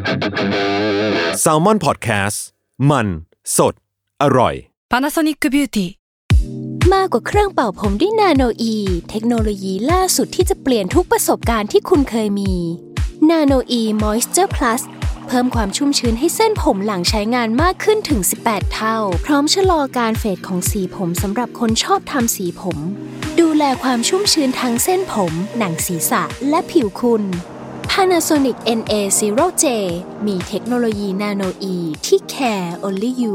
Salmon Podcast มันสดอร่อย Panasonic Beauty มากกว่าเครื่องเป่าผมด้วยนาโนอีเทคโนโลยีล่าสุดที่จะเปลี่ยนทุกประสบการณ์ที่คุณเคยมีนาโนอีมอยส์เจอร์พลัสเพิ่มความชุ่มชื้นให้เส้นผมหลังใช้งานมากขึ้นถึง18เท่าพร้อมชะลอการเฟดของสีผมสำหรับคนชอบทำสีผมดูแลความชุ่มชื้นทั้งเส้นผมหนังศีรษะและผิวคุณ Panasonic NA0J มีเทคโนโลยีนาโนอีที่ care only you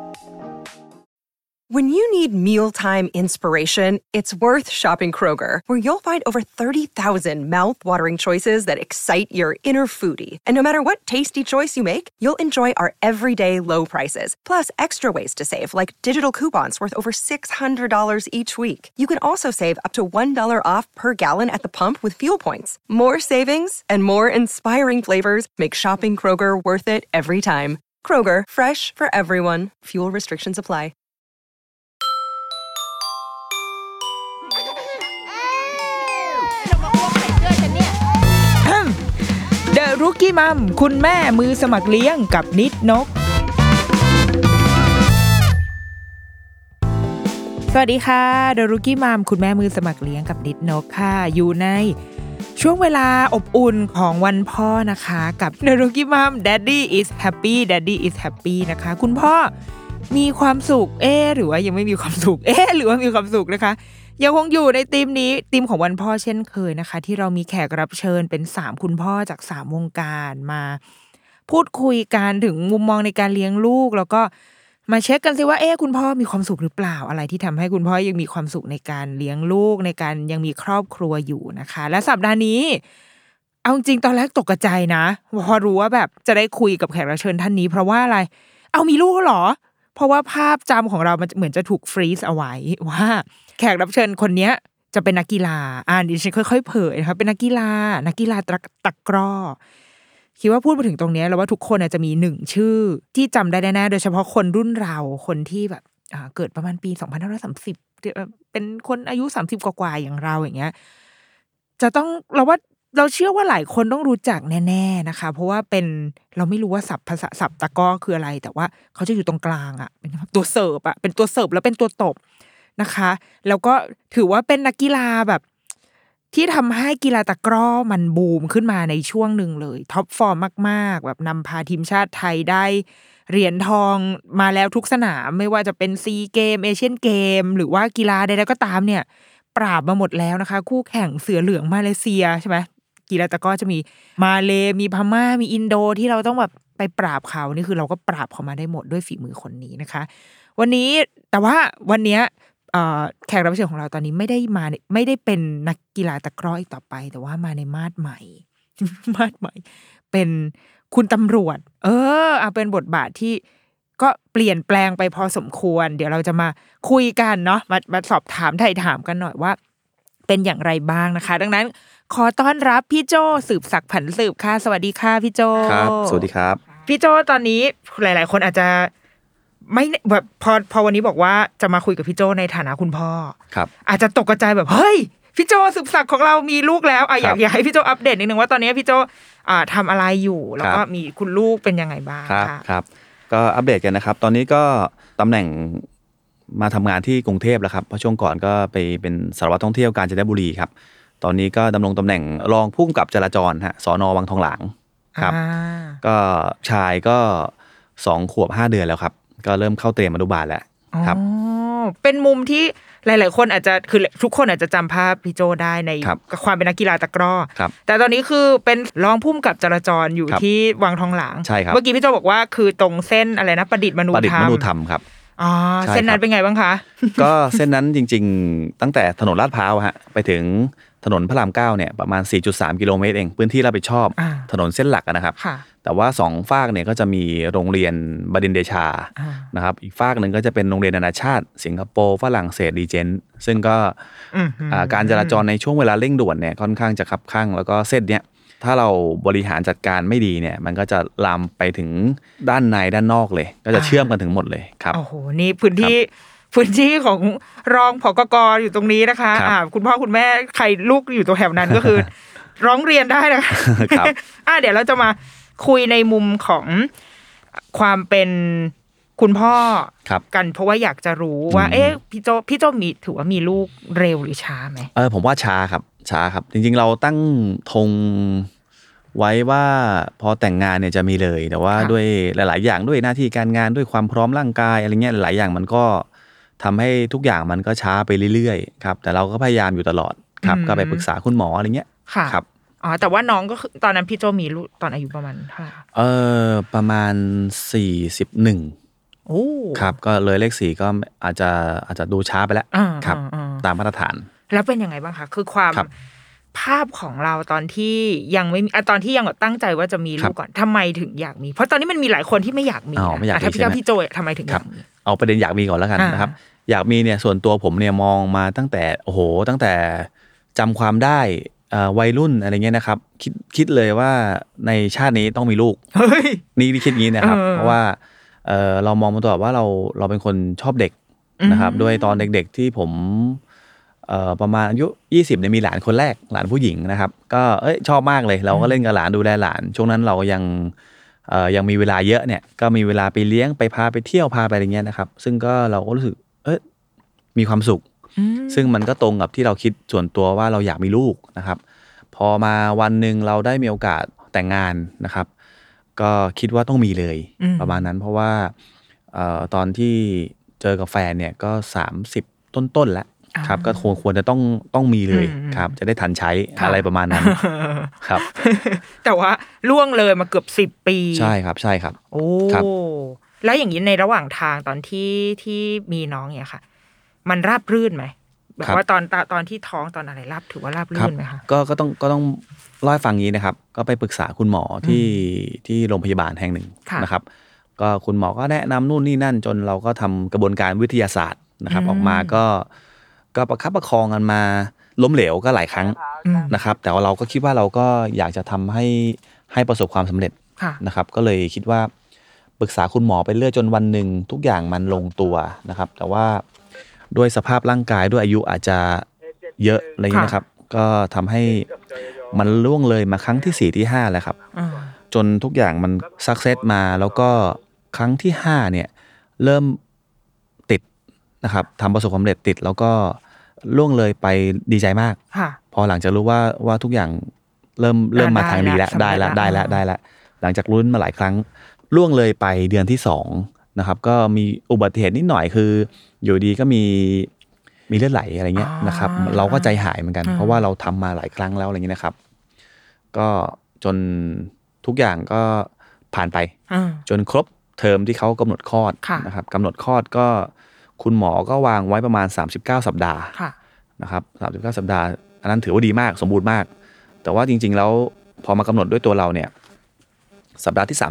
When you need mealtime inspiration, it's worth shopping Kroger, where you'll find over 30,000 mouth-watering choices that excite your inner foodie. And no matter what tasty choice you make, you'll enjoy our everyday low prices, plus extra ways to save, like digital coupons worth over $600 each week. You can also save up to $1 off per gallon at the pump with fuel points. More savings and more inspiring flavors make shopping Kroger worth it every time. Kroger, fresh for everyone. Fuel restrictions apply. เดอะรุกกี้มัมคุณแม่มือสมัครเลี้ยงกับนิดนกสวัสดีค่ะเดอะรุกกี้มัมคุณแม่มือสมัครเลี้ยงกับนิดนกค่ะอยู่ในช่วงเวลาอบอุ่นของวันพ่อนะคะกับเดอะรุกกี้มัม Daddy is happy Daddy is happy นะคะคุณพ่อมีความสุขหรือว่ายังไม่มีความสุขหรือว่ามีความสุขนะคะยังคงอยู่ในธีมนี้ธีมของวันพ่อเช่นเคยนะคะที่เรามีแขกรับเชิญเป็น3คุณพ่อจาก3วงการมาพูดคุยกันถึงมุมมองในการเลี้ยงลูกแล้วก็มาเช็คกันสิว่าคุณพ่อมีความสุขหรือเปล่าอะไรที่ทำให้คุณพ่อยังมีความสุขในการเลี้ยงลูกในการยังมีครอบครัวอยู่นะคะและสัปดาห์นี้เอาจริงตอนแรกตกใจนะพอรู้ว่าแบบจะได้คุยกับแขกรับเชิญท่านนี้เพราะว่าอะไรเอามีลูกแล้วเหรอเพราะว่าภาพจำของเรามันเหมือนจะถูกฟรีซเอาไว้ว่าแขกรับเชิญคนนี้จะเป็นนักกีฬาดิฉันค่อยๆเผยนะคะเป็นนักกีฬาตะกร้อคิดว่าพูดมาถึงตรงนี้แล้วว่าทุกคนจะมี1ชื่อที่จำได้แน่ๆโดยเฉพาะคนรุ่นเราคนที่แบบเกิดประมาณปี2530เป็นคนอายุ30กว่าๆอย่างเราอย่างเงี้ยจะต้องเราเชื่อว่าหลายคนต้องรู้จักแน่ๆนะคะเพราะว่าเป็นเราไม่รู้ว่าภาษาศัพท์ตะกร้อคืออะไรแต่ว่าเขาจะอยู่ตรงกลางเป็นตัวเสิร์ฟเป็นตัวเสิร์ฟแล้วเป็นตัวตบนะคะแล้วก็ถือว่าเป็นนักกีฬาแบบที่ทำให้กีฬาตะกร้อมันบูมขึ้นมาในช่วงหนึ่งเลยท็อปฟอร์มมากๆแบบนำพาทีมชาติไทยได้เหรียญทองมาแล้วทุกสนามไม่ว่าจะเป็นซีเกมเอเชียนเกมหรือว่ากีฬาใดๆก็ตามเนี่ยปราบมาหมดแล้วนะคะคู่แข่งเสือเหลืองมาเลเซียใช่ไหมกีฬาตะกร้อจะมีมาเลมีพม่ามีอินโดที่เราต้องแบบไปปราบเขานี่คือเราก็ปราบเขามาได้หมดด้วยฝีมือคนนี้นะคะวันนี้แต่ว่าวันนี้แขกรับเชิญของเราตอนนี้ไม่ได้เป็นนักกีฬาตะกร้ออีกต่อไปแต่ว่ามาในมาดใหม่ เป็นคุณตำรวจเป็นบทบาทที่ก็เปลี่ยนแปลงไปพอสมควรเดี๋ยวเราจะมาคุยกันเนาะมาสอบถามไถ่ถามกันหน่อยว่าเป็นอย่างไรบ้างนะคะดังนั้นขอต้อนรับพี่โจสืบศักดิ์ผันสืบค่ะสวัสดีค่ะพี่โจครับสวัสดีครับพี่โจตอนนี้หลายๆคนอาจจะไม่แบบพอวันนี้บอกว่าจะมาคุยกับพี่โจในฐานะคุณพ่อครับอาจจะตกใจแบบเฮ้ยพี่โจสืบศักดิ์ของเรามีลูกแล้วอยากให้พี่โจอัปเดตนิดนึงว่าตอนนี้พี่โจทำอะไรอยู่แล้วก็มีคุณลูกเป็นยังไงบ้างครับก็อัปเดตกันนะครับตอนนี้ก็ตำแหน่งมาทำงานที่กรุงเทพแล้วครับเพราะช่วงก่อนก็ไปเป็นสารวัตรท่องเที่ยวกาญจนบุรีครับตอนนี้ก็ดำรงตำแหน่งรองผู้กำกับจราจรสน.วังทองหลางครับก็ชายก็2 ขวบ 5 เดือนแล้วครับก็เริ่มเข้าเตรียมอนุบาลแล้วครับเป็นมุมที่หลายๆคนอาจจะคือทุกคนอาจจะจำภาพพี่โจได้ในความเป็นนักกีฬาตะกร้อแต่ตอนนี้คือเป็นรองผู้กำกับจราจรอยู่ที่วังทองหลางเมื่อกี้พี่โจบอกว่าคือตรงเส้นอะไรนะประดิษฐ์มนูธรรมครับเส้นนั้นเป็นไงบ้างคะก็เส้นนั้นจริงๆตั้งแต่ถนนลาดพร้าวไปถึงถนนพระราม9เนี่ยประมาณ 4.3 กิโลเมตรเองพื้นที่รับผิดชอบถนนเส้นหลักนะครับแต่ว่า2ฝากเนี่ยก็จะมีโรงเรียนบดินทร์เดชานะครับอีกฝากนึงก็จะเป็นโรงเรียนนานาชาติสิงคโปร์ฝรั่งเศสรีเจนต์ซึ่งก็การจราจรในช่วงเวลาเร่งด่วนเนี่ยค่อนข้างจะคับคั่งแล้วก็เส้นเนี้ยถ้าเราบริหารจัดการไม่ดีเนี่ยมันก็จะลามไปถึงด้านในด้านนอกเลยก็จะเชื่อมกันถึงหมดเลยครับโอ้โหนี่พื้นที่ของรองผกก.อยู่ตรงนี้นะคะคุณพ่อคุณแม่ใครลูกอยู่ตรงแถวนั้นก็คือ ร้องเรียนได้นะคะเดี๋ยวเราจะมาคุยในมุมของความเป็นคุณพ่อกันเพราะว่าอยากจะรู้ว่าพี่โจมีถือว่ามีลูกเร็วหรือช้าไหมผมว่าช้าครับจริงๆเราตั้งธงไว้ว่าพอแต่งงานเนี่ยจะมีเลยแต่ว่าด้วยหลายๆอย่างด้วยหน้าที่การงานด้วยความพร้อมร่างกายอะไรเงี้ยหลายอย่างมันก็ทำให้ทุกอย่างมันก็ช้าไปเรื่อยๆครับแต่เราก็พยายามอยู่ตลอดครับก็ไปปรึกษาคุณหมออะไรเงี้ยครับแต่ว่าน้องก็คือตอนนั้นพี่โจมีลูกตอนอายุประมาณเท่าไหร่ประมาณ41ครับก็เลยเลข4ก็อาจจะดูช้าไปแล้วครับตามมาตรฐานแล้วเป็นยังไงบ้างคะคือความภาพของเราตอนที่ยังไม่ตอนที่ยังตั้งใจว่าจะมีลูกก่อนทำไมถึงอยากมีเพราะตอนนี้มันมีหลายคนที่ไม่อยากมีถ้าพี่โจทำไมถึงอยากมีเอาประเด็นอยากมีก่อนแล้วกันนะครับอยากมีเนี่ยส่วนตัวผมเนี่ยมองมาตั้งแต่จำความได้วัยรุ่นอะไรเงี้ยนะครับคิดเลยว่าในชาตินี้ต้องมีลูกนี่คิดงี้นะครับเพราะว่าเรามองมาตลอดว่าเราเป็นคนชอบเด็กนะครับด้วยตอนเด็กๆที่ผมประมาณอายุ20เนี่ยมีหลานคนแรกหลานผู้หญิงนะครับก็ชอบมากเลยเราก็เล่นกับหลานดูแลหลานช่วงนั้นเรายังมีเวลาเยอะเนี่ยก็มีเวลาไปเลี้ยงไปพาไปเที่ยวพาไปอะไรเงี้ยนะครับซึ่งก็เราก็รู้สึกมีความสุขซึ่งมันก็ตรงกับที่เราคิดส่วนตัวว่าเราอยากมีลูกนะครับพอมาวันนึงเราได้มีโอกาสแต่งงานนะครับก็คิดว่าต้องมีเลยประมาณนั้นเพราะว่าตอนที่เจอกับแฟนเนี่ยก็30ต้นๆแล้วครับก็ควรจะต้องมีเลยครับจะได้ทันใช้อะไรประมาณนั้นครับแต่ว่าล่วงเลยมาเกือบ10 ปีใช่ครับโอ้แล้วอย่างนี้ในระหว่างทางตอนที่มีน้องเนี่ยค่ะมันราบรื่นไหมแบบว่าตอนที่ท้องตอนอะไรถือว่าราบรื่นไหมคะก็ต้องเล่าให้ฟังงี้นะครับก็ไปปรึกษาคุณหมอที่โรงพยาบาลแห่งหนึ่งนะครับก็คุณหมอก็แนะนำนู่นนี่นั่นจนเราก็ทำกระบวนการวิทยาศาสตร์นะครับออกมาก็ประคับประคองกันมาล้มเหลวก็หลายครั้งนะครับแต่ว่าเราก็คิดว่าเราก็อยากจะทำให้ประสบความสำเร็จนะครับก็เลยคิดว่าปรึกษาคุณหมอไปเรื่อยจนวันหนึ่งทุกอย่างมันลงตัวนะครับแต่ว่าด้วยสภาพร่างกายด้วยอายุอาจจะเยอะอะไรอย่างนี้นะครับก็ทำให้มันล่วงเลยมาครั้งที่4ที่5แล้วครับจนทุกอย่างมันซักเซสมาแล้วก็ครั้งที่5เนี่ยเริ่มติดนะครับทำประสบความสำเร็จติดแล้วก็ล่วงเลยไปดีใจมากพอหลังจากรู้ว่าทุกอย่างเริ่มมาทางดีแล้วได้แล้วหลังจากลุ้นมาหลายครั้งล่วงเลยไปเดือนที่2นะครับก็มีอุบัติเหตุนิดหน่อยคืออยู่ดีก็มีเลือดไหลอะไรเงี้ยนะครับเราก็ใจหายเหมือนกันเพราะว่าเราทำมาหลายครั้งแล้วอะไรเงี้ยนะครับก็จนทุกอย่างก็ผ่านไปจนครบเทอมที่เขากำหนดคลอดนะครับกำหนดคลอดก็คุณหมอก็วางไว้ประมาณ39สัปดาห์นะครับ39สัปดาห์อันนั้นถือว่าดีมากสมบูรณ์มากแต่ว่าจริงๆแล้วพอมากำหนดด้วยตัวเราเนี่ยสัปดาห์ที่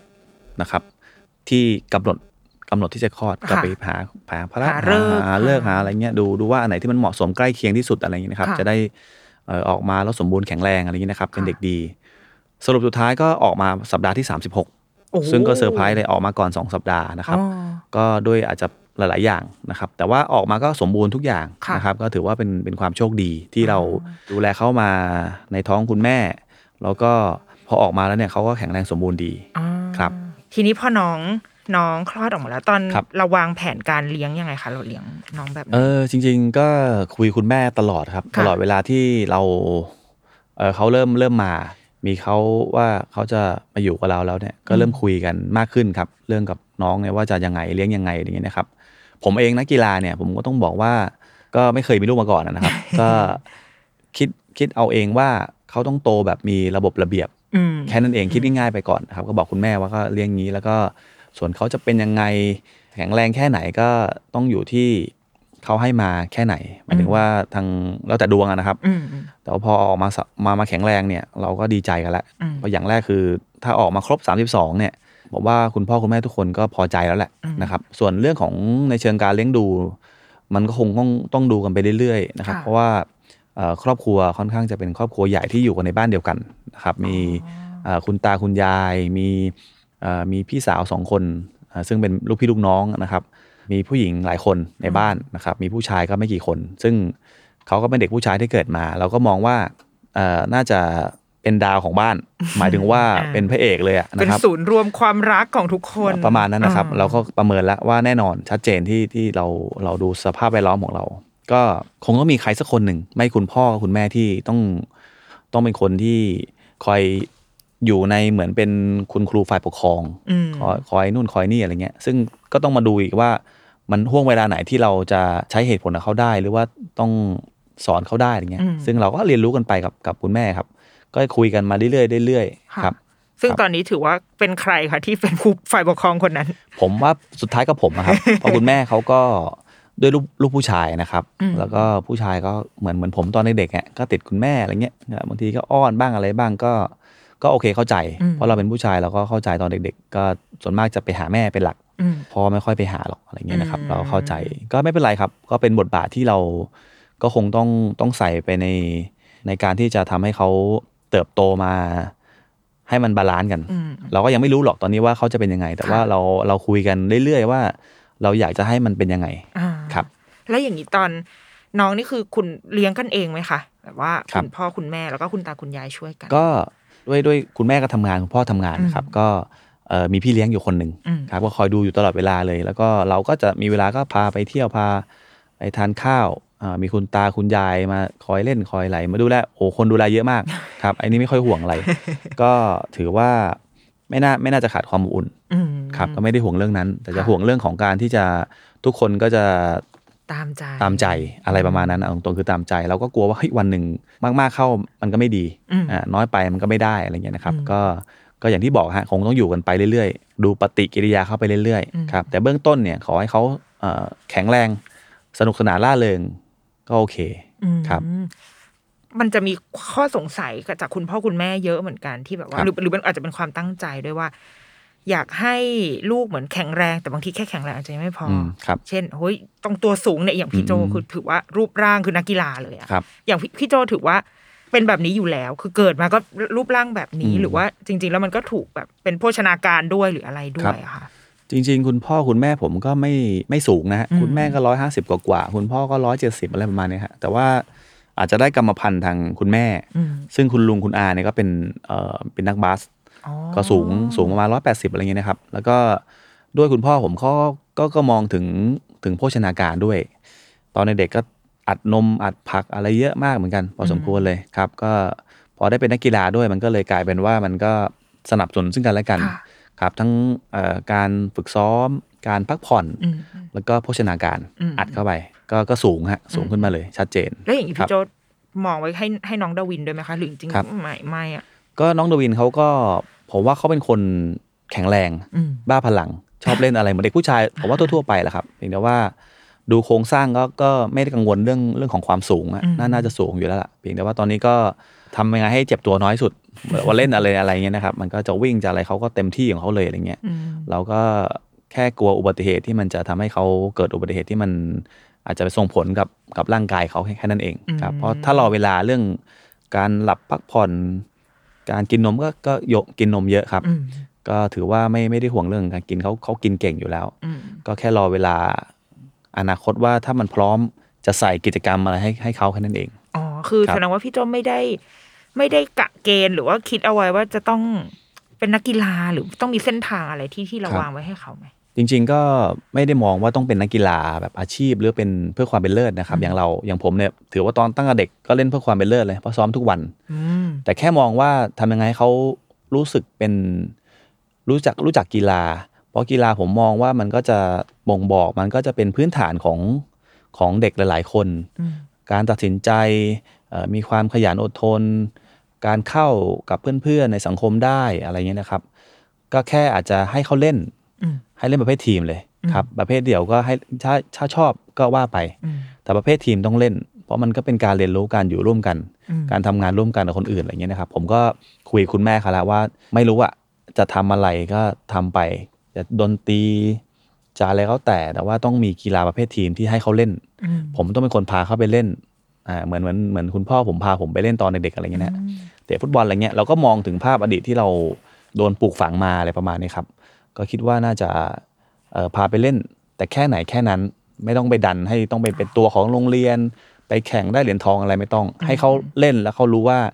38นะครับที่กำหนดที่จะคลอดก็ไปหาพระหาเลิกหาอะไรเงี้ยดูว่าอันไหนที่มันเหมาะสมใกล้เคียงที่สุดอะไรเงี้ยนะครับจะได้ออกมาแล้วสมบูรณ์แข็งแรงอะไรเงี้ยนะครับเป็นเด็กดีสรุปสุดท้ายก็ออกมาสัปดาห์ที่36ซึ่งก็เซอร์ไพรส์เลยออกมาก่อน2สัปดาห์นะครับก็ด้วยอาจจะหลายๆอย่างนะครับแต่ว่าออกมาก็สมบูรณ์ทุกอย่างนะครับก็ถือว่าเป็นความโชคดีที่เราดูแลเขามาในท้องคุณแม่แล้วก็พอออกมาแล้วเนี่ยเขาก็แข็งแรงสมบูรณ์ดีครับทีนี้พอน้องคลอดออกมาแล้วตอนเราวางแผนการเลี้ยงยังไงคะเราเลี้ยงน้องแบบจริงๆก็คุยคุณแม่ตลอดครับตลอดเวลาที่เราเขาเริ่มมามีเขาว่าเขาจะมาอยู่กับเราแล้วเนี่ยก็เริ่มคุยกันมากขึ้นครับเรื่องกับน้องเนี่ยว่าจะยังไงเลี้ยงยังไงอย่างเงี้ยนะครับผมเองนักกีฬาเนี่ยผมก็ต้องบอกว่าก็ไม่เคยมีลูกมาก่อนนะครับ ก็คิดเอาเองว่าเขาต้องโตแบบมีระบบระเบียบแค่นั้นเองคิดง่ายๆไปก่อนนะครับก็บอกคุณแม่ว่าก็เลี้ยงงี้แล้วก็ส่วนเขาจะเป็นยังไงแข็งแรงแค่ไหนก็ต้องอยู่ที่เขาให้มาแค่ไหนหมายถึงว่าทางแล้วแต่ดวงนะครับแต่พอออกมาแข็งแรงเนี่ยเราก็ดีใจกันแล้วเพราะอย่างแรกคือถ้าออกมาครบ32เนี่ยผมว่าคุณพ่อคุณแม่ทุกคนก็พอใจแล้วแหละนะครับส่วนเรื่องของในเชิงการเลี้ยงดูมันก็คงต้องดูกันไปเรื่อยๆนะครับเพราะว่าครอบครัวค่อนข้างจะเป็นครอบครัวใหญ่ที่อยู่กันในบ้านเดียวกันนะครับมีคุณตาคุณยายมีพี่สาว2คนซึ่งเป็นลูกพี่ลูกน้องนะครับมีผู้หญิงหลายคนในบ้านนะครับมีผู้ชายก็ไม่กี่คนซึ่งเขาก็เป็นเด็กผู้ชายที่เกิดมาเราก็มองว่าน่าจะเป็นดาวของบ้านหมายถึงว่าเป็นพระเอกเลยนะครับเป็นศูนย์รวมความรักของทุกคนประมาณนั้นนะครับเราก็ประเมินแล้วว่าแน่นอนชัดเจนที่เราดูสภาพแวดล้อมของเราก็คงต้องมีใครสักคนหนึ่งไม่คุณพ่อคุณแม่ที่ต้องเป็นคนที่คอยอยู่ในเหมือนเป็นคุณครูฝ่ายปกครองคอยนู่นคอยนี่อะไรเงี้ยซึ่งก็ต้องมาดูอีกว่ามันห่วงเวลาไหนที่เราจะใช้เหตุผลกับเขาได้หรือว่าต้องสอนเขาได้อะไรเงี้ยซึ่งเราก็เรียนรู้กันไปกับคุณแม่ครับก็คุยกันมาเรื่อยๆครับซึ่งตอนนี้ถือว่าเป็นใครคะที่เป็นผู้ฝ่ายปกครองคนนั้นผมว่าสุดท้ายก็ผมนะครับ เพราะคุณแม่เขาก็ด้วยลูกผู้ชายนะครับแล้วก็ผู้ชายก็เหมือนผมตอนเด็กๆอ่ะก็ติดคุณแม่อะไรเงี้ยบางทีก็อ้อนบ้างอะไรบ้างก็โอเคเข้าใจเพราะเราเป็นผู้ชายเราก็เข้าใจตอนเด็กๆก็ส่วนมากจะไปหาแม่เป็นหลักพ่อไม่ค่อยไปหาหรอกอะไรเงี้ยนะครับเราเข้าใจก็ไม่เป็นไรครับก็เป็นบทบาทที่เราก็คงต้องใส่ไปในการที่จะทำให้เขาเติบโตมาให้มันบาลานซ์กันเราก็ยังไม่รู้หรอกตอนนี้ว่าเขาจะเป็นยังไงแต่ว่าเราคุยกันเรื่อยๆว่าเราอยากจะให้มันเป็นยังไงครับแล้วอย่างนี้ตอนน้องนี่คือคุณเลี้ยงกันเองไหมคะแบบว่าคุณพ่อคุณแม่แล้วก็คุณตาคุณยายช่วยกันก็ด้วยคุณแม่ก็ทำงานคุณพ่อทำงานครับก็มีพี่เลี้ยงอยู่คนหนึ่งครับก็คอยดูอยู่ตลอดเวลาเลยแล้วก็เราก็จะมีเวลาก็พาไปเที่ยวพาไปทานข้าวมีคุณตาคุณยายมาคอยเล่นคอยไหลมาดูแลโอ้คนดูแลเยอะมากครับไอ้นี่ไม่ค่อยห่วงอะไรก็ถือว่าไม่น่าจะขาดความอบอุ่นครับก็ไม่ได้ห่วงเรื่องนั้นแต่จะห่วงเรื่องของการที่จะทุกคนก็จะตามใจอะไรประมาณนั้นตรงๆคือตามใจเราก็กลัวว่าเฮ้ยวันหนึ่งมากๆเข้ามันก็ไม่ดีน้อยไปมันก็ไม่ได้อะไรเงี้ยนะครับก็อย่างที่บอกฮะคงต้องอยู่กันไปเรื่อยๆดูปฏิกิริยาเข้าไปเรื่อยๆครับแต่เบื้องต้นเนี่ยขอให้เขาแข็งแรงสนุกสนานร่าเริงก็โอเคครับมันจะมีข้อสงสัยจากคุณพ่อคุณแม่เยอะเหมือนกันที่แบบว่าหรือมันอาจจะเป็นความตั้งใจด้วยว่าอยากให้ลูกเหมือนแข็งแรงแต่บางทีแค่แข็งแรงอาจจะไม่พอเช่นเฮ้ยต้องตัวสูงเนี่ยอย่างพี่โจคือถือว่ารูปร่างคือนักกีฬาเลยอะอย่างพี่โจถือว่าเป็นแบบนี้อยู่แล้วคือเกิดมาก็รูปร่างแบบนี้หรือว่าจริงๆแล้วมันก็ถูกแบบเป็นโภชนาการด้วยหรืออะไรด้วยอะค่ะจริงๆคุณพ่อคุณแม่ผมก็ไม่สูงนะฮะคุณแม่ก็150กว่าคุณพ่อก็170อะไรประมาณนี้ฮะแต่ว่าอาจจะได้กรรมพันธุ์ทางคุณแม่ซึ่งคุณลุงคุณอาเนี่ยก็เป็นนักบาสก็สูงประมาณ180อะไรเงี้ยนะครับแล้วก็ด้วยคุณพ่อผมก็มองถึงโภชนาการด้วยตอนในเด็กก็อัดนมอัดผักอะไรเยอะมากเหมือนกันพอสมควรเลยครับก็พอได้เป็นนักกีฬาด้วยมันก็เลยกลายเป็นว่ามันก็สนับสนุนซึ่งกันและกันครับทั้งการฝึกซ้อมการพักผ่อนแล้วก็โภชนาการอัดเข้าไปก็สูงฮะสูงขึ้นมาเลยชัดเจนแล้วอย่างนี้พี่โจมองไว้ให้น้องดาวินด้วยไหมคะหรือจริงๆไม่อ่ะก็น้องดาวินเขาก็ผมว่าเขาเป็นคนแข็งแรงบ้าพลังชอบเล่นอะไรเหมือนเด็กผู้ชายผมว่าทั่วๆไปแหละครับเพียงแต่ว่าดูโครงสร้างก็ไม่ได้กังวลเรื่องของความสูงน่าจะสูงอยู่แล้วล่ะเพียงแต่ว่าตอนนี้ก็ทำยังไงให้เจ็บตัวน้อยสุดว่าเล่นอะไรเงี้ยนะครับมันก็จะวิ่งจะอะไรเขาก็เต็มที่ของเขาเลยอะไรเงี้ยเราก็แค่กลัวอุบัติเหตุที่มันจะทำให้เขาเกิดอุบัติเหตุที่มันอาจจะไปส่งผลกับร่างกายเขาแค่นั้นเองครับเพราะถ้ารอเวลาเรื่องการหลับพักผ่อนการกินนมก็กินนมเยอะครับก็ถือว่าไม่ได้ห่วงเรื่องการกินเขากินเก่งอยู่แล้วก็แค่รอเวลาอนาคตว่าถ้ามันพร้อมจะใส่กิจกรรมอะไรให้เขาแค่นั้นเองอ๋อคือแสดงว่าพี่โจไม่ได้กะเกณฑ์หรือว่าคิดเอาไว้ว่าจะต้องเป็นนักกีฬาหรือต้องมีเส้นทางอะไรที่เราวางไว้ให้เขาไหมจริงๆก็ไม่ได้มองว่าต้องเป็นนักกีฬาแบบอาชีพหรือเป็นเพื่อความเป็นเลิศนะครับอย่างผมเนี่ยถือว่าตอนตั้งแต่เด็กก็เล่นเพื่อความเป็นเลิศเลยเพราะซ้อมทุกวันแต่แค่มองว่าทำยังไงเขารู้สึกเป็นรู้จักกีฬาเพราะกีฬาผมมองว่ามันก็จะบ่งบอกมันก็จะเป็นพื้นฐานของเด็กหลายๆคนการตัดสินใจมีความขยันอดทนการเข้ากับเพื่อนๆในสังคมได้อะไรเงี้ยนะครับก็แค่อาจจะให้เขาเล่นประเภททีมเลยครับประเภทเดี่ยวก็ให้ถ้าชอบก็ว่าไปแต่ประเภททีมต้องเล่นเพราะมันก็เป็นการเรียนรู้การอยู่ร่วมกันการทำงานร่วมกันกับคนอื่นอะไรเงี้ยนะครับผมก็คุยคุณแม่เขาแล้วว่าไม่รู้อะจะทำอะไรก็ทำไปจะดนตรีจะอะไรก็แต่ว่าต้องมีกีฬาประเภททีมที่ให้เขาเล่นผมต้องเป็นคนพาเขาไปเล่นเหมือนคุณพ่อผมพาผมไปเล่นตอนเด็กๆอะไรเงี้ยนะเตะฟุตบอลอะไรเงี้ยเราก็มองถึงภาพอดีตที่เราโดนปลูกฝังมาอะไรประมาณนี้ครับก็คิดว่าน่าจะพาไปเล่นแต่แค่ไหนแค่นั้นไม่ต้องไปดันให้ต้องไปเป็นตัวของโรงเรียนไปแข่งได้เหรียญทองอะไรไม่ต้องให้เขาเล่นแล้วเขารู้ว่า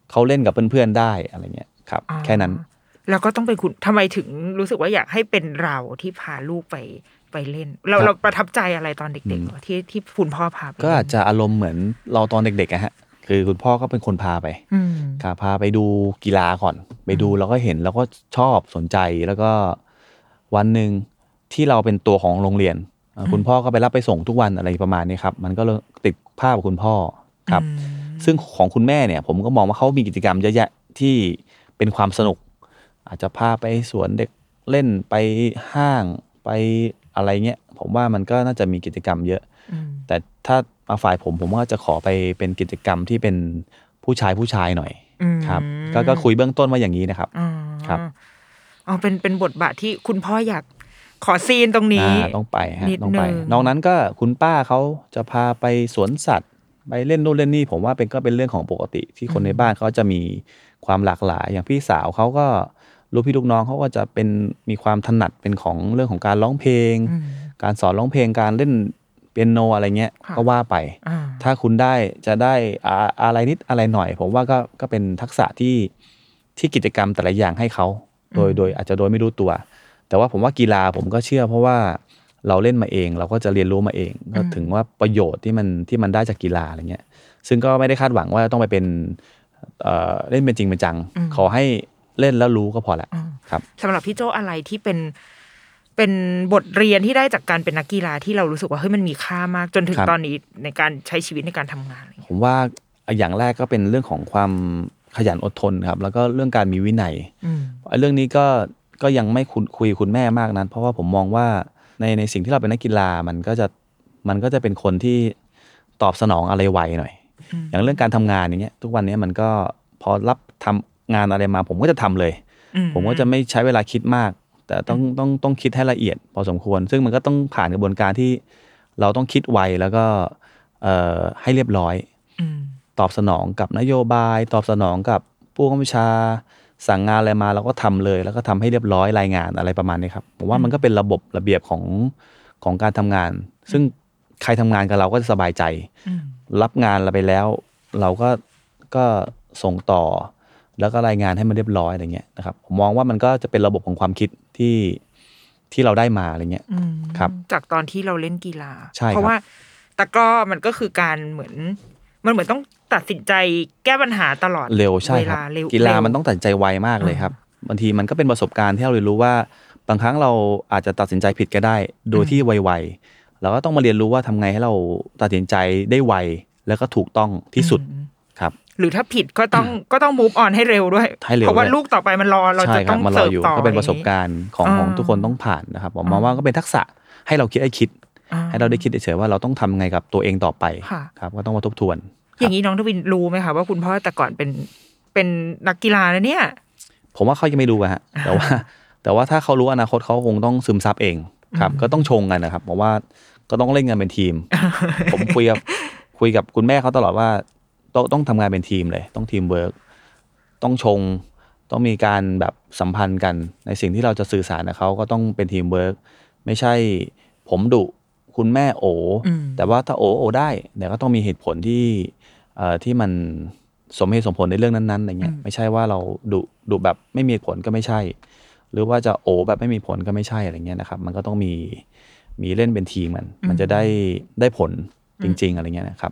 เขาเล่นกับเพื่อนๆได้อะไรเงี้ยครับแค่นั้นแล้วก็ต้องเป็นคุณทำไมถึงรู้สึกว่าอยากให้เป็นเราที่พาลูกไปเล่นเราประทับใจอะไรตอนเด็กๆที่คุณพ่อพาไปก็อาจจะอารมณ์เหมือนเราตอนเด็กๆอะฮะคือคุณพ่อก็เป็นคนพาไปพาไปดูกีฬาก่อนไปดูแล้วก็เห็นแล้วก็ชอบสนใจแล้วก็วันหนึ่งที่เราเป็นตัวของโรงเรียนคุณพ่อก็ไปรับไปส่งทุกวันอะไรประมาณนี้ครับมันก็เลยติดภาพกับคุณพ่อครับซึ่งของคุณแม่เนี่ยผมก็มองว่าเขามีกิจกรรมเยอะแยะที่เป็นความสนุกอาจจะพาไปสวนเด็กเล่นไปห้างไปอะไรเงี้ยผมว่ามันก็น่าจะมีกิจกรรมเยอะแต่ถ้ามาฝ่ายผมก็จะขอไปเป็นกิจกรรมที่เป็นผู้ชายหน่อยครับก็คุยเบื้องต้นว่าอย่างนี้นะครับครับเป็นบทบาทที่คุณพ่ออยากขอซีนตรงนี้ต้องไปฮะต้องไปนอกนั้นก็คุณป้าเขาจะพาไปสวนสัตว์ไปเล่นนู่นเล่นนี่ผมว่าก็เป็นเรื่องของปกติที่คนในบ้านเขาจะมีความหลากหลายอย่างพี่สาวเขาก็ลูกพี่ลูกน้องเขาก็จะเป็นมีความถนัดเป็นของเรื่องของการร้องเพลงการสอนร้องเพลงการเล่นเปียโนอะไรเงี้ยก็ว่าไปถ้าคุณจะได้อะไรนิดอะไรหน่อยผมว่าก็เป็นทักษะที่กิจกรรมแต่ละอย่างให้เขาโดยอาจจะโดยไม่รู้ตัวแต่ว่าผมว่ากีฬาผมก็เชื่อเพราะว่าเราเล่นมาเองเราก็จะเรียนรู้มาเองก็ถึงว่าประโยชน์ที่มันได้จากกีฬาอะไรเงี้ยซึ่งก็ไม่ได้คาดหวังว่าต้องไปเป็นเล่นเป็นจริงเป็นจังขอให้เล่นแล้วรู้ก็พอละครับสำหรับพี่โจอะไรที่เป็นบทเรียนที่ได้จากการเป็นนักกีฬาที่เรารู้สึกว่าเฮ้ยมันมีค่ามากจนถึงตอนนี้ในการใช้ชีวิตในการทำงานผมว่าอย่างแรกก็เป็นเรื่องของความขยันอดทนครับแล้วก็เรื่องการมีวินัยเรื่องนี้ก็ยังไม่คุยคุณแม่มากนั้นเพราะว่าผมมองว่าในสิ่งที่เราเป็นนักกีฬามันก็จะเป็นคนที่ตอบสนองอะไรไวหน่อยอย่างเรื่องการทำงานอย่างเงี้ยทุกวันนี้มันก็พอรับทำงานอะไรมาผมก็จะทำเลยผมก็จะไม่ใช้เวลาคิดมากแต่ต้องคิดให้ละเอียดพอสมควรซึ่งมันก็ต้องผ่านกระบวนการที่เราต้องคิดไวแล้วก็ให้เรียบร้อยตอบสนองกับนโยบายตอบสนองกับผู้บัญชาสั่งงานอะไรมาเราก็ทำเลยแล้วก็ทำให้เรียบร้อยรายงานอะไรประมาณนี้ครับผมว่ามันก็เป็นระบบระเบียบของการทำงานซึ่งใครทำงานกับเราก็จะสบายใจรับงานเราไปแล้วเราก็ส่งต่อแล้วก็รายงานให้มันเรียบร้อยอะไรเงี้ยนะครับผมมองว่ามันก็จะเป็นระบบของความคิดที่เราได้มาอะไรเงี้ยครับจากตอนที่เราเล่นกีฬาเพราะว่าตะกร้อมันก็คือการเหมือนต้องตัดสินใจแก้ปัญหาตลอดเร็วใช่ครับกีฬามันต้องตัดสินใจไวมากเลยครับบางทีมันก็เป็นประสบการณ์ที่เราเรียนรู้ว่าบางครั้งเราอาจจะตัดสินใจผิดก็ได้โดยที่ไวๆเราก็ต้องมาเรียนรู้ว่าทำไงให้เราตัดสินใจได้ไวแล้วก็ถูกต้องที่สุดครับหรือถ้าผิดก็ต้อง move on ให้เร็วด้วยเพราะว่าลูกต่อไปมันรอเราจะต้องเสิร์ฟต่อก็เป็นประสบการณ์ของทุกคนต้องผ่านนะครับผมมองว่าก็เป็นทักษะให้เราคิดให้เราได้คิดเฉยๆว่าเราต้องทำไงกับตัวเองต่อไปครับก็ต้องมาทบทวนอย่างนี้น้องทวินรู้ไหมคะว่าคุณพ่อแต่ก่อนเป็นนักกีฬานะเนี่ยผมว่าเขายังไม่รู้ฮะแต่ว่าถ้าเขารู้อนาคตเขาคงต้องซึมซับเองครับก็ต้องชงกันนะครับเพราะว่าก็ต้องเล่นกันเป็นทีมผมคุยกับคุณแม่เขาตลอดว่าต้องทำงานเป็นทีมเลยต้องทีมเวิร์กต้องชงต้องมีการแบบสัมพันธ์กันในสิ่งที่เราจะสื่อสารกับเขาก็ต้องเป็นทีมเวิร์กไม่ใช่ผมดุคุณแม่โอแต่ว่าถ้าโอได้แต่ก็ต้องมีเหตุผลที่มันสมเหตุสมผลในเรื่องนั้นๆอะไรเงี้ยไม่ใช่ว่าเราดุแบบไม่มีเหตุผลก็ไม่ใช่หรือว่าจะโอแบบไม่มีผลก็ไม่ใช่อะไรเงี้ยนะครับมันก็ต้องมีเล่นเป็นทีมมันจะได้ผลจริงๆอะไรเงี้ยนะครับ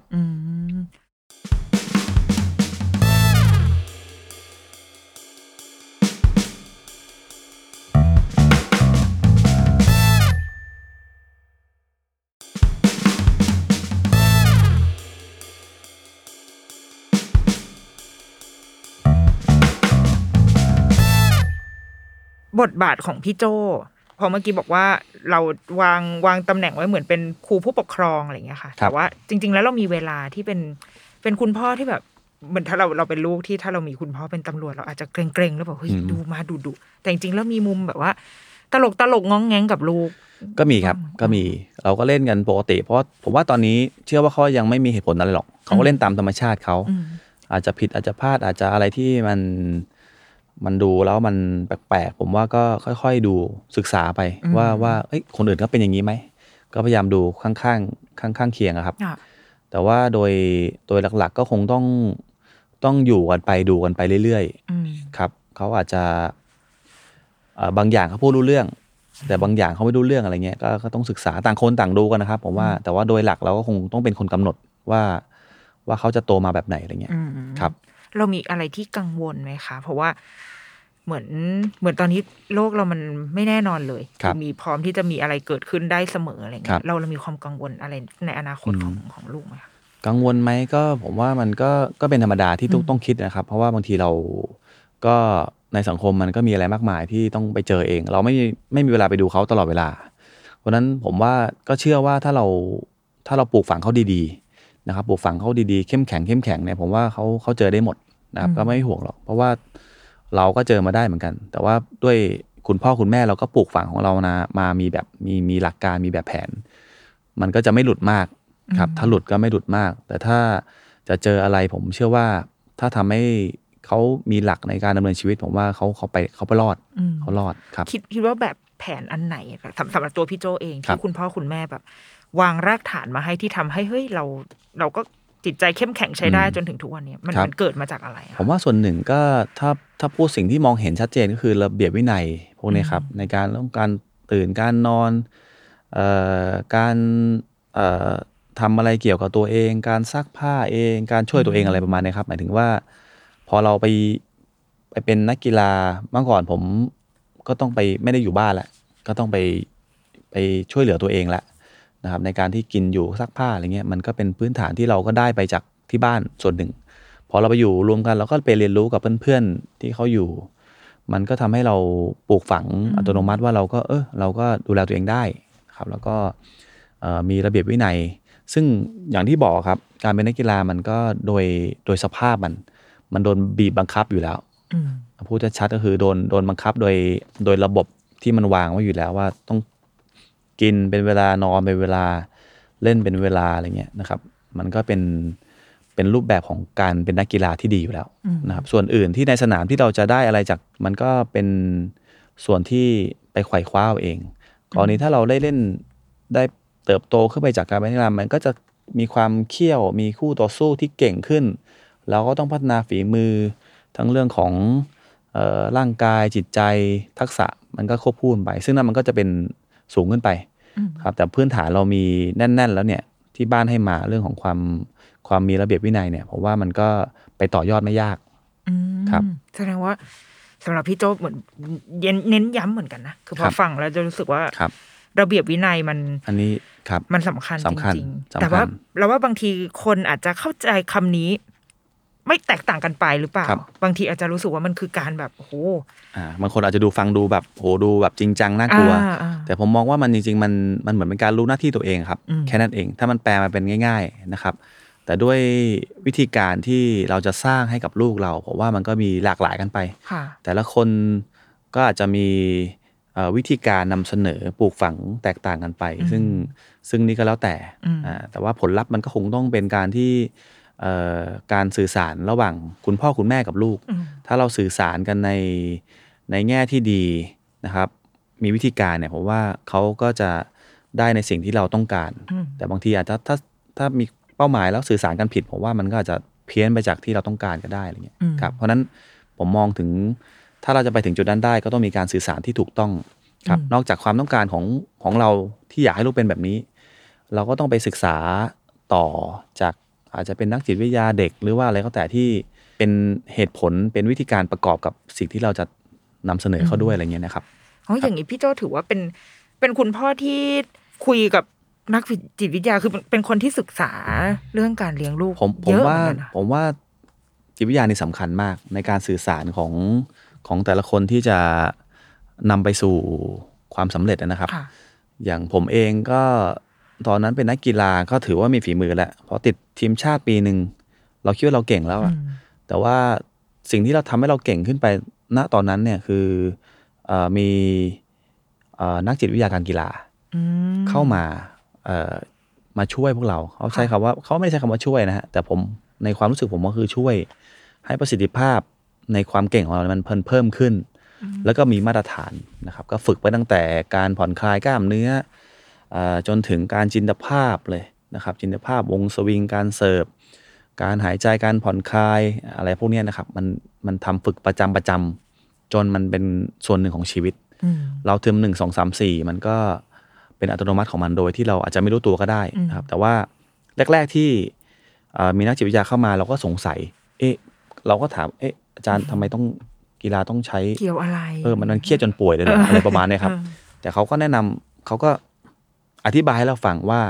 บทบาทของพี่โจพอเมื่อกี้บอกว่าเราวางตำแหน่งไว้เหมือนเป็นครูผู้ปกครองอะไรอย่างเงี้ยค่ะแต่ว่าจริงๆแล้วเรามีเวลาที่เป็นคุณพ่อที่แบบเหมือนถ้าเราเป็นลูกที่ถ้าเรามีคุณพ่อเป็นตำรวจเราอาจจะเกรงๆแล้วแบบเฮ้ยดูมาดุแต่จริงๆแล้วมีมุมแบบว่าตลกง้องแง้งกับลูกก็มีครับก็มีเราก็เล่นกันปกติเพราะผมว่าตอนนี้เชื่อว่าเขายังไม่มีเหตุผลอะไรหรอกเขาก็เล่นตามธรรมชาติเขาอาจจะผิดอาจจะพลาดอาจจะอะไรที่มันดูแล้วมันแปลกๆผมว่าก็ค่อยๆดูศึกษาไปว่าคนอื่นก็เป็นอย่างนี้ไหมก็พยายามดูข้างเคียงครับแต่ว่าโดยหลักๆก็คงต้องอยู่กันไปดูกันไปเรื่อยๆครับเขาอาจจะบางอย่างเขาพูดรู้เรื่องแต่บางอย่างเขาไม่รู้เรื่องอะไรเงี้ยก็ต้องศึกษาต่างคนต่างดูกันนะครับผมว่าแต่ว่าโดยหลักเราก็คงต้องเป็นคนกำหนดว่าเขาจะโตมาแบบไหนอะไรเงี้ยครับเรามีอะไรที่กังวลไหมคะเพราะว่าเหมือนตอนนี้โลกเรามันไม่แน่นอนเลยมีพร้อมที่จะมีอะไรเกิดขึ้นได้เสมออะไรเงี้ยเรามีความกังวลอะไรในอนาคตของลูกไหมคะกังวลไหมก็ผมว่ามันก็เป็นธรรมดาที่ต้องคิดนะครับเพราะว่าบางทีเราก็ในสังคมมันก็มีอะไรมากมายที่ต้องไปเจอเองเราไม่มีเวลาไปดูเขาตลอดเวลาเพราะนั้นผมว่าก็เชื่อว่าถ้าเราปลูกฝังเขาดีๆนะครับปลูกฝังเขาดีๆเข้มแข็งเนี่ยผมว่าเขาเจอได้หมดนะครับก็ไม่ห่วงหรอกเพราะว่าเราก็เจอมาได้เหมือนกันแต่ว่าด้วยคุณพ่อคุณแม่เราก็ปลูกฝังของเรานะมามีแบบมีหลักการมีแบบแผนมันก็จะไม่หลุดมากครับถ้าหลุดก็ไม่หลุดมากแต่ถ้าจะเจออะไรผมเชื่อว่าถ้าทำให้เขามีหลักในการดำเนินชีวิตผมว่าเขาไปรอดเขารอดครับคิดว่าแบบแผนอันไหนสำหรับตัวพี่โจเองที่คุณพ่อคุณแม่แบบวางรากฐานมาให้ที่ทำให้เฮ้ยเราก็จิตใจเข้มแข็งใช้ได้จนถึงทุกวันนี้มันเกิดมาจากอะไรผมว่าส่วนหนึ่งก็ถ้าพูดสิ่งที่มองเห็นชัดเจนก็คือระเบียบวินัยพวกนี้ครับในการเรื่องการตื่นการนอนการทำอะไรเกี่ยวกับตัวเองการซักผ้าเองการช่วยตัวเองอะไรประมาณนี้ครับหมายถึงว่าพอเราไปเป็นนักกีฬาเมื่อก่อนผมก็ต้องไปไม่ได้อยู่บ้านละก็ต้องไปช่วยเหลือตัวเองละนะครับในการที่กินอยู่ซักผ้าอะไรเงี้ยมันก็เป็นพื้นฐานที่เราก็ได้ไปจากที่บ้านส่วนหนึ่งพอเราไปอยู่รวมกันเราก็ไปเรียนรู้กับเพื่อนๆที่เขาอยู่มันก็ทำให้เราปลูกฝังอัตโนมัติว่าเราก็ดูแลตัวเองได้ครับแล้วก็มีระเบียบวินัยซึ่งอย่างที่บอกครับการเป็นนักกีฬามันก็โดยสภาพมันโดนบีบบังคับอยู่แล้วพูดชัดๆก็คือโดนบังคับโดยระบบที่มันวางไว้อยู่แล้วว่าต้องกินเป็นเวลานอนเป็นเวลาเล่นเป็นเวลาอะไรเงี้ยนะครับมันก็เป็นรูปแบบของการเป็นนักกีฬาที่ดีอยู่แล้วนะครับส่วนอื่นที่ในสนามที่เราจะได้อะไรจากมันก็เป็นส่วนที่ไปไขว่คว้าเอาเองกรณีถ้าเราได้เล่นได้เติบโตขึ้นไปจากการเป็นนักกีฬามันก็จะมีความเขี้ยวมีคู่ต่อสู้ที่เก่งขึ้นเราก็ต้องพัฒนาฝีมือทั้งเรื่องของร่างกายจิตใจทักษะมันก็ควบคู่ไปซึ่งนั่นมันก็จะเป็นสูงขึ้นไปครับแต่พื้นฐานเรามีแน่นๆแล้วเนี่ยที่บ้านให้มาเรื่องของความมีระเบียบวินัยเนี่ยผมว่ามันก็ไปต่อยอดไม่ยากครับแสดงว่าสำหรับพี่โจ้เหมือนเน้นย้ำเหมือนกันนะคือพอฟังแล้วจะรู้สึกว่าระเบียบวินัยมันอันนี้ครับมันสำคัญจริงๆแต่ว่าเราว่าบางทีคนอาจจะเข้าใจคำนี้ไม่แตกต่างกันไปหรือเปล่าบางทีอาจจะรู้สึกว่ามันคือการแบบโอ้โหบางคนอาจจะฟังดูแบบโหดูแบบจริงจังน่ากลัวแต่ผมมองว่ามันจริงๆมันเหมือนเป็นการรู้หน้าที่ตัวเองครับแค่นั้นเองถ้ามันแปลมาเป็นง่ายๆนะครับแต่ด้วยวิธีการที่เราจะสร้างให้กับลูกเราผมว่ามันก็มีหลากหลายกันไปแต่ละคนก็อาจจะมีวิธีการนำเสนอปลูกฝังแตกต่างกันไปซึ่งนี่ก็แล้วแต่ว่าผลลัพธ์มันก็คงต้องเป็นการที่การสื่อสารระหว่างคุณพ่อคุณแม่กับลูกถ้าเราสื่อสารกันในแง่ที่ดีนะครับมีวิธีการเนี่ยผมว่าเขาก็จะได้ในสิ่งที่เราต้องการแต่บางทีอาจจะถ้ามีเป้าหมายแล้วสื่อสารกันผิดผมว่ามันก็อาจจะเพี้ยนไปจากที่เราต้องการก็ได้อะไรเงี้ยครับเพราะนั้นผมมองถึงถ้าเราจะไปถึงจุดนั้นได้ก็ต้องมีการสื่อสารที่ถูกต้องครับนอกจากความต้องการของเราที่อยากให้ลูกเป็นแบบนี้เราก็ต้องไปศึกษาต่อจากอาจจะเป็นนักจิตวิทยาเด็กหรือว่าอะไรก็แต่ที่เป็นเหตุผลเป็นวิธีการประกอบกับสิ่งที่เราจะนำเสนอเขาด้วยอะไรเงี้ยนะครับอย่างนี้พี่โจถือว่าเป็นคุณพ่อที่คุยกับนักจิตวิทยาคือเป็นคนที่ศึกษาเรื่องการเลี้ยงลูกเยอะเหมือนกันผมว่าจิตวิทยานี่สำคัญมากในการสื่อสารของแต่ละคนที่จะนำไปสู่ความสำเร็จนะครับอย่างผมเองก็ตอนนั้นเป็นนักกีฬาก็ถือว่ามีฝีมือแล้วพอติดทีมชาติปีนึงเราคิดว่าเราเก่งแล้วแต่ว่าสิ่งที่เราทำให้เราเก่งขึ้นไปณตอนนั้นเนี่ยคือมีนักจิตวิทยาการกีฬาเข้ามาช่วยพวกเราเขาใช้คำว่าเขาไม่ได้ใช้คำว่าช่วยนะฮะแต่ผมในความรู้สึกผมก็คือช่วยให้ประสิทธิภาพในความเก่งของเรามันเพิ่มขึ้นแล้วก็มีมาตรฐานนะครับก็ฝึกไปตั้งแต่การผ่อนคลายกล้ามเนื้อจนถึงการจินตภาพเลยนะครับจินตภาพวงสวิงการเสิร์ฟการหายใจการผ่อนคลายอะไรพวกนี้นะครับมันทำฝึกประจำจนมันเป็นส่วนหนึ่งของชีวิตเราเทอม1 2 3 4มันก็เป็นอัตโนมัติของมันโดยที่เราอาจจะไม่รู้ตัวก็ได้นะครับแต่ว่าแรกๆที่มีนักจิตวิทยาเข้ามาเราก็สงสัยเราก็ถามอาจารย์ทำไมต้องกีฬาต้องใช้เกี่ยวอะไรมันเครียดจนป่วยเลยอะไรประมาณนี้ครับแต่เขาก็แนะนำเขาก็อธิบายให้เราฟังว่า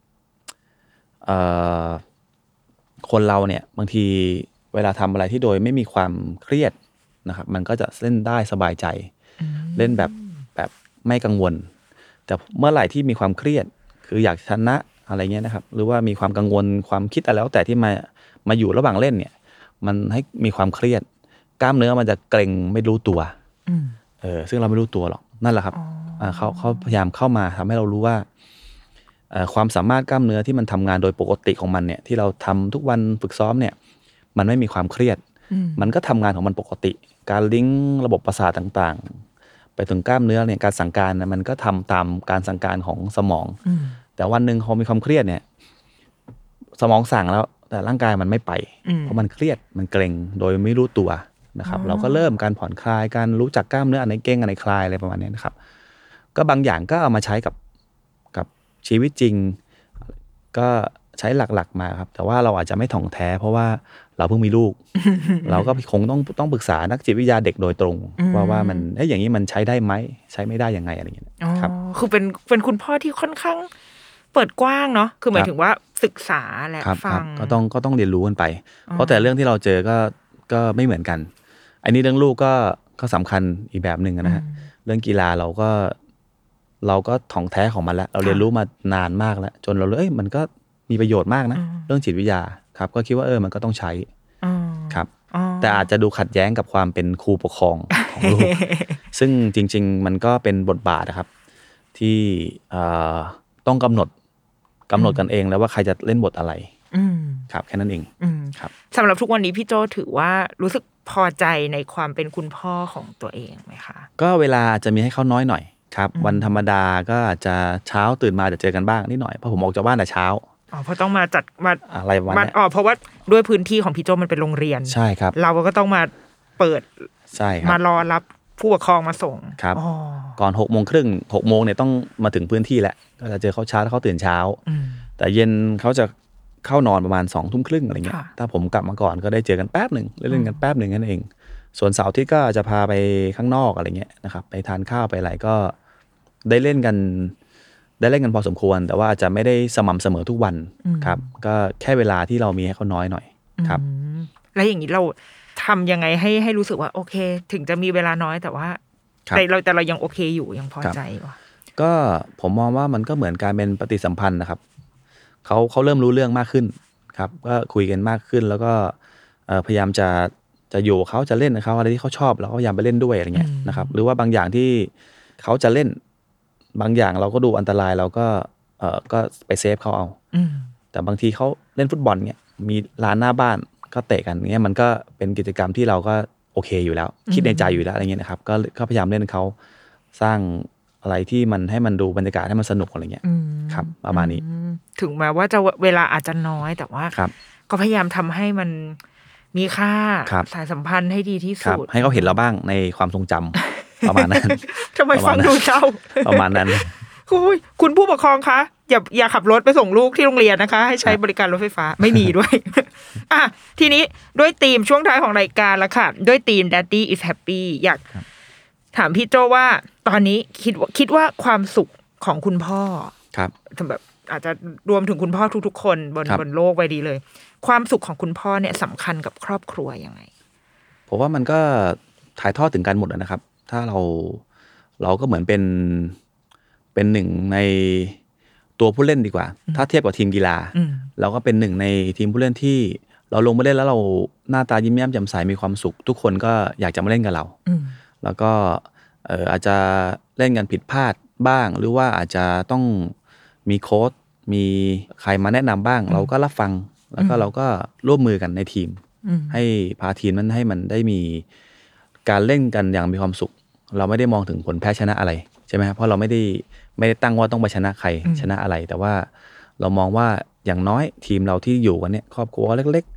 คนเราเนี่ยบางทีเวลาทำอะไรที่โดยไม่มีความเครียดนะครับมันก็จะเล่นได้สบายใจเล่นแบบไม่กังวลแต่เมื่อไหร่ที่มีความเครียดคืออยากชนะอะไรเงี้ยนะครับหรือว่ามีความกังวลความคิดอะไรแล้วแต่ที่มาอยู่ระหว่างเล่นเนี่ยมันให้มีความเครียดกล้ามเนื้อมันจะเกร็งไม่รู้ตัวซึ่งเราไม่รู้ตัวหรอกนั่นแหละครับเขาพยายามเข้ามาทำให้เรารู้ว่าความสามารถกล้ามเนื้อที่มันทำงานโดยปกติของมันเนี่ยที่เราทำทุกวันฝึกซ้อมเนี่ยมันไม่มีความเครียดมันก็ทำงานของมันปกติการลิงก์ระบบประสาทต่างๆไปถึงกล้ามเนื้อเนี่ยการสั่งการมันก็ทำตามการสั่งการของสมองแต่วันหนึ่งพอมีความเครียดเนี่ยสมองสั่งแล้วแต่ร่างกายมันไม่ไปเพราะมันเครียดมันเกร็งโดยไม่รู้ตัวนะครับเราก็เริ่มการผ่อนคลายการรู้จักกล้ามเนื้ออันไหนเกร็งอันไหนคลายอะไรประมาณนี้นะครับก็บางอย่างก็เอามาใช้กับชีวิตจริงก็ใช้หลักๆมาครับแต่ว่าเราอาจจะไม่ถ่องแท้เพราะว่าเราเพิ่งมีลูก เราก็คงต้องปรึกษานักจิตวิทยาเด็กโดยตรงว่ามันอย่างนี้มันใช้ได้ไหมใช้ไม่ได้ยังไงอะไรอย่างเงี้ยครับคือเป็นคุณพ่อที่ค่อนข้างเปิดกว้างเนาะคือหมายถึงว่าศึกษาและฟังก็ต้องเรียนรู้กันไปเพราะแต่เรื่องที่เราเจอก็ไม่เหมือนกันอันนี้เรื่องลูกก็สำคัญอีกแบบนึงนะฮะเรื่องกีฬาเราก็ถ่องแท้ของมันแล้วเราเรียนรู้มานานมากแล้วจนเราเลยมันก็มีประโยชน์มากนะเรื่องจิตวิทยาครับก็คิดว่ามันก็ต้องใช้ครับแต่อาจจะดูขัดแย้งกับความเป็นครูปกครองของลูก ซึ่งจริงๆมันก็เป็นบทบาทนะครับที่ต้องกำหนดกันเองแล้วว่าใครจะเล่นบทอะไรครับแค่นั้นเองครับสำหรับทุกวันนี้พี่โจถือว่ารู้สึกพอใจในความเป็นคุณพ่อของตัวเองไหมคะก็เวลาจะมีให้เขาน้อยหน่อยครับวันธรรมดาก็อาจจะเช้าตื่นมาจะเจอกันบ้างนิดหน่อยเพราะผมออกจากบ้านแต่เช้าเพราะต้องมาจัดมาอะไรวันนี้เพราะว่าด้วยพื้นที่ของพี่โจมันเป็นโรงเรียนใช่ครับเราก็ต้องมาเปิดใช่ครับมารอรับผู้ปกครองมาส่งครับก่อน 6:30 น. 6 โมงเนี่ยต้องมาถึงพื้นที่แหละก็จะเจอเขาเช้าเขาตื่นเช้าแต่เย็นเขาจะเข้านอนประมาณ 20:30 น. อะไรเงี้ยถ้าผมกลับมาก่อนก็ได้เจอกันแป๊บนึงเล่นกันแป๊บนึงนั่นเองส่วนเสาร์อาทิตย์ก็จะพาไปข้างนอกอะไรเงี้ยนะครับไปทานข้าวไปอะไรก็ได้เล่นกันพอสมควรแต่ว่าอาจจะไม่ได้สม่ำเสมอทุกวันครับก็แค่เวลาที่เรามีให้เขาน้อยหน่อยครับแล้วอย่างนี้เราทำยังไงให้รู้สึกว่าโอเคถึงจะมีเวลาน้อยแต่ว่าแต่เรายังโอเคอยู่ยังพอใจวะก็ผมมองว่ามันก็เหมือนการเป็นปฏิสัมพันธ์นะครับเขาเริ่มรู้เรื่องมากขึ้นครับก็คุยกันมากขึ้นแล้วก็พยายามจะอยู่เขาจะเล่นเขาอะไรที่เขาชอบเราก็พยายามไปเล่นด้วยอะไรเงี้ยนะครับหรือว่าบางอย่างที่เขาจะเล่นบางอย่างเราก็ดูอันตรายเราก็ไปเซฟเขาเอาแต่บางทีเขาเล่นฟุตบอลเนี่ยมีลานหน้าบ้านก็เตะกันเงี้ยมันก็เป็นกิจกรรมที่เราก็โอเคอยู่แล้วคิดในใจอยู่แล้วอะไรเงี้ยนะครับก็พยายามเล่นเขาสร้างอะไรที่มันให้มันดูบรรยากาศให้มันสนุกอะไรเงี้ยครับประมาณนี้ถึงแม้ว่าจะเวลาอาจจะน้อยแต่ว่าก็พยายามทำให้มันมีค่าสายสัมพันธ์ให้ดีที่สุดให้เขาเห็นเราบ้างในความทรงจำประมาณนั้นทำไมฟังดูเศร้าประมาณนั้นคุณผู้ปกครองคะอย่าขับรถไปส่งลูกที่โรงเรียนนะคะให้ใช้บริการรถไฟฟ้าไม่มีด้วยทีนี้ด้วยธีมช่วงท้ายของรายการแล้วค่ะด้วยธีม Daddy is Happy อยากถามพี่โจว่าตอนนี้คิดว่าความสุขของคุณพ่อครับแบบอาจจะรวมถึงคุณพ่อทุกๆคนบนโลกใบนี้เลยความสุขของคุณพ่อเนี่ยสำคัญกับครอบครัวยังไงผมว่ามันก็ถ่ายทอดถึงกันหมดนะครับถ้าเราก็เหมือนเป็นหนึ่งในตัวผู้เล่นดีกว่าถ้าเทียบกับทีมกีฬาเราก็เป็นหนึ่งในทีมผู้เล่นที่เราลงมาเล่นแล้วเราหน้าตายิ้มแย้มแจ่มใสมีความสุขทุกคนก็อยากจะมาเล่นกับเราแล้วก็อาจจะเล่นกันผิดพลาดบ้างหรือว่าอาจจะต้องมีโค้ชมีใครมาแนะนำบ้างเราก็รับฟังแล้วก็เราก็ร่วมมือกันในทีมให้พาทีมนั้นให้มันได้มีการเล่นกันอย่างมีความสุขเราไม่ได้มองถึงผลแพ้ชนะอะไรใช่ไหมครับเพราะเราไม่ได้ตั้งว่าต้องไปชนะใครชนะอะไรแต่ว่าเรามองว่าอย่างน้อยทีมเราที่อยู่กันเนี่ยครอบครัวเล็ก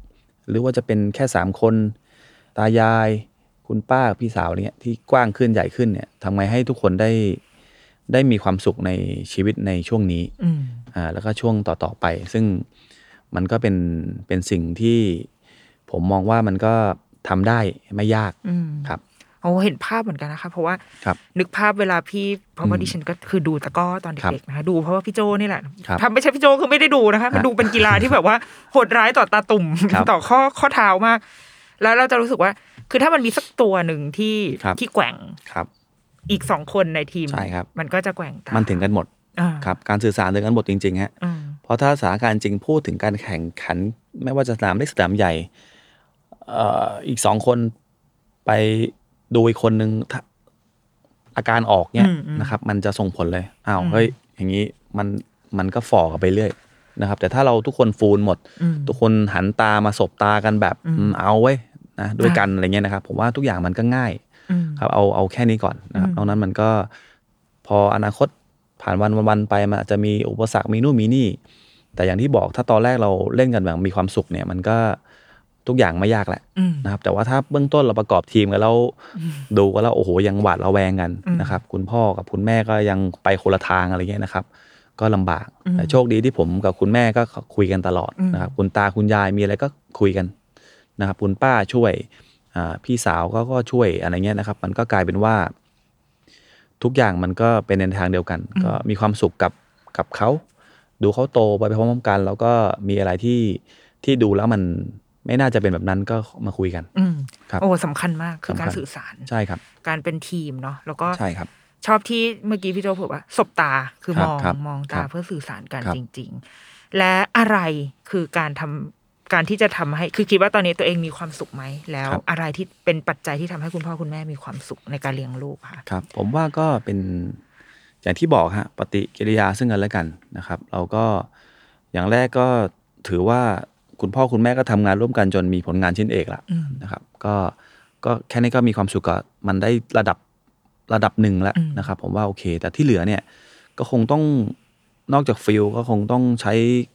หรือว่าจะเป็นแค่3คนตายายคุณป้าพี่สาวอะไรเงี้ยที่กว้างขึ้นใหญ่ขึ้นเนี่ยทำไงให้ทุกคนได้มีความสุขในชีวิตในช่วงนี้แล้วก็ช่วงต่อไปซึ่งมันก็เป็นสิ่งที่ผมมองว่ามันก็ทำได้ไม่ยากครับโอ้เห็นภาพเหมือนกันนะคะเพราะว่านึกภาพเวลาพี่เพราะว่าดิฉันก็คือดูตะก้อตอนเด็กๆนะคะดูเพราะว่าพี่โจนี่แหละทำไม่ใช่พี่โจคือไม่ได้ดูนะคะมันดูเป็นกีฬาที่แบบว่าโหดร้ายต่อตาตุ่มต่อข้อเท้ามากแล้วเราจะรู้สึกว่าคือถ้ามันมีสักตัวหนึ่งที่แกว่งอีก2คนในทีมมันก็จะแกว่งตามมันถึงกันหมดครับการสื่อสารถึงกันหมดจริงๆฮะเพราะถ้าสถานการณ์จริงพูดถึงการแข่งขันไม่ว่าจะสนามเล็กสนามใหญ่อีก2คนไปดูอีกคนนึงอาการออกเนี่ยนะครับมันจะส่งผลเลยเฮ้ยอย่างนี้มันก็ฝ่อกันไปเรื่อยนะครับแต่ถ้าเราทุกคนฟูลหมดทุกคนหันตามาสบตากันแบบเอาไว้นะด้วยกันอะไรเงี้ยนะครับผมว่าทุกอย่างมันก็ง่ายครับเอาแค่นี้ก่อนนะครับตรงนั้นมันก็พออนาคตผ่านวันไปมันอาจจะมีอุปสรรคมีนู่นมีนี่แต่อย่างที่บอกถ้าตอนแรกเราเล่นกันแบบมีความสุขเนี่ยมันก็ทุกอย่างไม่ยากแหละนะครับแต่ว่าถ้าเบื้องต้นเราประกอบทีมกันแล้วดูกันแล้วโอ้โหยังหวาดระแวงกันนะครับคุณพ่อกับคุณแม่ก็ยังไปคนละทางอะไรเงี้ยนะครับก็ลำบากแต่โชคดีที่ผมกับคุณแม่ก็คุยกันตลอดนะครับคุณตาคุณยายมีอะไรก็คุยกันนะครับคุณป้าช่วยพี่สาวก็ช่วยอะไรเงี้ยนะครับมันก็กลายเป็นว่าทุกอย่างมันก็เป็นในทางเดียวกันก็มีความสุขกับเขาดูเขาโตไปพร้อมๆกันแล้วก็มีอะไรที่ดูแล้วมันไม่น่าจะเป็นแบบนั้นก็มาคุยกันครับโอ้สำคัญมากคือการสื่อสารใช่ครับการเป็นทีมเนาะแล้วก็ใช่ครับชอบที่เมื่อกี้พี่โจพูดว่าสบตาคือมองตาเพื่อสื่อสารกันจริงๆและอะไรคือการที่จะทำให้คือคิดว่าตอนนี้ตัวเองมีความสุขไหมแล้วอะไรที่เป็นปัจจัยที่ทำให้คุณพ่อคุณแม่มีความสุขในการเลี้ยงลูกค่ะครับผมว่าก็เป็นอย่างที่บอกฮะปฏิกิริยาซึ่งกันและกันนะครับเราก็อย่างแรกก็ถือว่าคุณพ่อคุณแม่ก็ทำงานร่วมกันจนมีผลงานชิ้นเอกละนะครับก็แค่นี้ก็มีความสุขกับมันได้ระดับหนึ่งแล้วนะครับผมว่าโอเคแต่ที่เหลือเนี่ยก็คงต้องนอกจากฟิลก็คงต้องใช้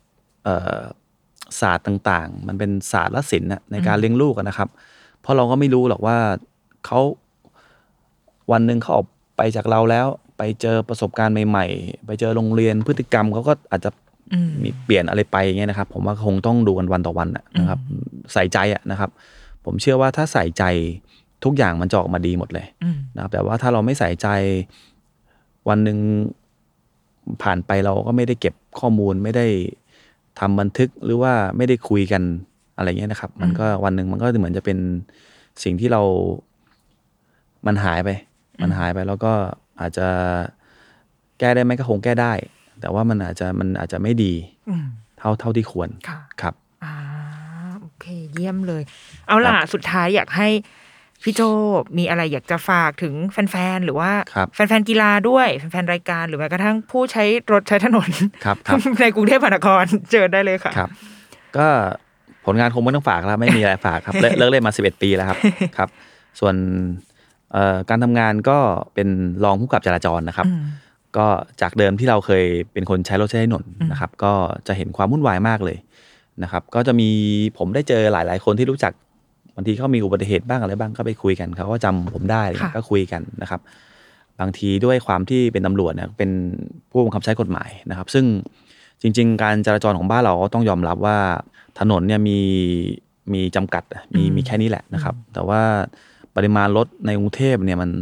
ศาสตร์ต่างๆมันเป็นศาสตร์และศิลป์ในการเลี้ยงลูกนะครับเพราะเราก็ไม่รู้หรอกว่าเขาวันหนึ่งเขาออกไปจากเราแล้วไปเจอประสบการณ์ใหม่ๆไปเจอโรงเรียนพฤติกรรมเขาก็อาจจะมีเปลี่ยนอะไรไปอย่างเงี้ยนะครับผมว่าคงต้องดูกันวันต่อวันนะครับใส่ใจนะครับผมเชื่อว่าถ้าใส่ใจทุกอย่างมันจะออกมาดีหมดเลยนะครับแต่ว่าถ้าเราไม่ใส่ใจวันหนึ่งผ่านไปเราก็ไม่ได้เก็บข้อมูลไม่ได้ทำบันทึกหรือว่าไม่ได้คุยกันอะไรเงี้ยนะครับมันก็วันหนึ่งมันก็เหมือนจะเป็นสิ่งที่เรามันหายไปแล้วก็อาจจะแก้ได้ไหมก็คงแก้ได้แต่ว่ามันอาจจะไม่ดีเท่าที่ควรครับโอเคเยี่ยมเลยเอาล่ะสุดท้ายอยากให้พี่โจมีอะไรอยากจะฝากถึงแฟนๆหรือว่าแฟนๆกีฬาด้วยแฟนๆรายการหรือแม้กระทั่งผู้ใช้รถใช้ถนนในกรุงเทพมหานครเจอได้เลยค่ะครับก็ผลงานคงไม่ต้องฝากแล้วไม่มีอะไรฝากครับ เลิกเล่นมา11 ปีแล้วครับส่วนการทำงานก็เป็นรองผู้กำกับจราจรนะครับก็จากเดิมที่เราเคยเป็นคนใช้รถใช้ถนนนะครับก็จะเห็นความวุ่นวายมากเลยนะครับก็จะมีผมได้เจอหลายๆคนที่รู้จักบางทีเขามีอุบัติเหตุบ้างอะไรบ้างก็ไปคุยกันเขาก็จำผมได้ก็คุยกันนะครับบางทีด้วยความที่เป็นตำรวจเนี่ยเป็นผู้บังคับใช้กฎหมายนะครับซึ่งจริงๆการจราจรของบ้านเราก็ต้องยอมรับว่าถนนเนี่ยมีจำกัดมีแค่นี้แหละนะครับแต่ว่าปริมาณรถในกรุงเทพเนี่ยมัน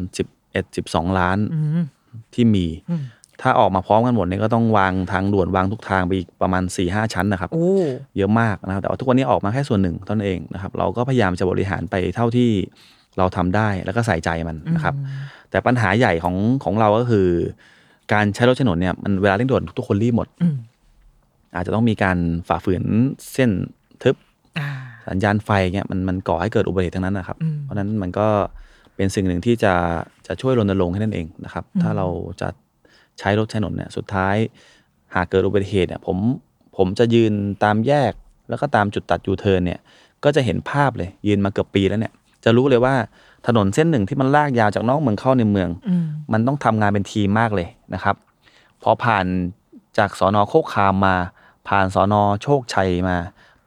11-12 ล้านที่มีถ้าออกมาพร้อมกันหมดเนี่ยก็ต้องวางทางด่วนวางทุกทางไปประมาณ 4-5 ชั้นนะครับเยอะมากนะครับแต่ว่าทุกวันนี้ออกมาแค่ส่วนหนึ่งเท่านั้นเองนะครับเราก็พยายามจะบริหารไปเท่าที่เราทำได้แล้วก็ใส่ใจมันนะครับแต่ปัญหาใหญ่ของเราก็คือการใช้รถใช้ถนนเนี่ยมันเวลาเร่งด่วนทุกคนรีบหมดอาจจะต้องมีการฝ่าฝืนเส้นทึบสัญญาณไฟเงี้ยมันก่อให้เกิดอุบัติเหตุทั้งนั้นนะครับเพราะนั้นมันก็เป็นสิ่งหนึ่งที่จะช่วยรณรงค์ให้นั่นเองนะครับถ้าเราจะใช้รถใช้ถนนเนี่ยสุดท้ายหากเกิดอุบัติเหตุเนี่ยผมจะยืนตามแยกแล้วก็ตามจุดตัดยูเทิร์นเนี่ยก็จะเห็นภาพเลยยืนมาเกือบปีแล้วเนี่ยจะรู้เลยว่าถนนเส้นหนึ่งที่มันลากยาวจากนอกเมืองเข้าในเมืองมันต้องทำงานเป็นทีมมากเลยนะครับพอผ่านจากสน.โคกคามมาผ่านสน.โชคชัยมา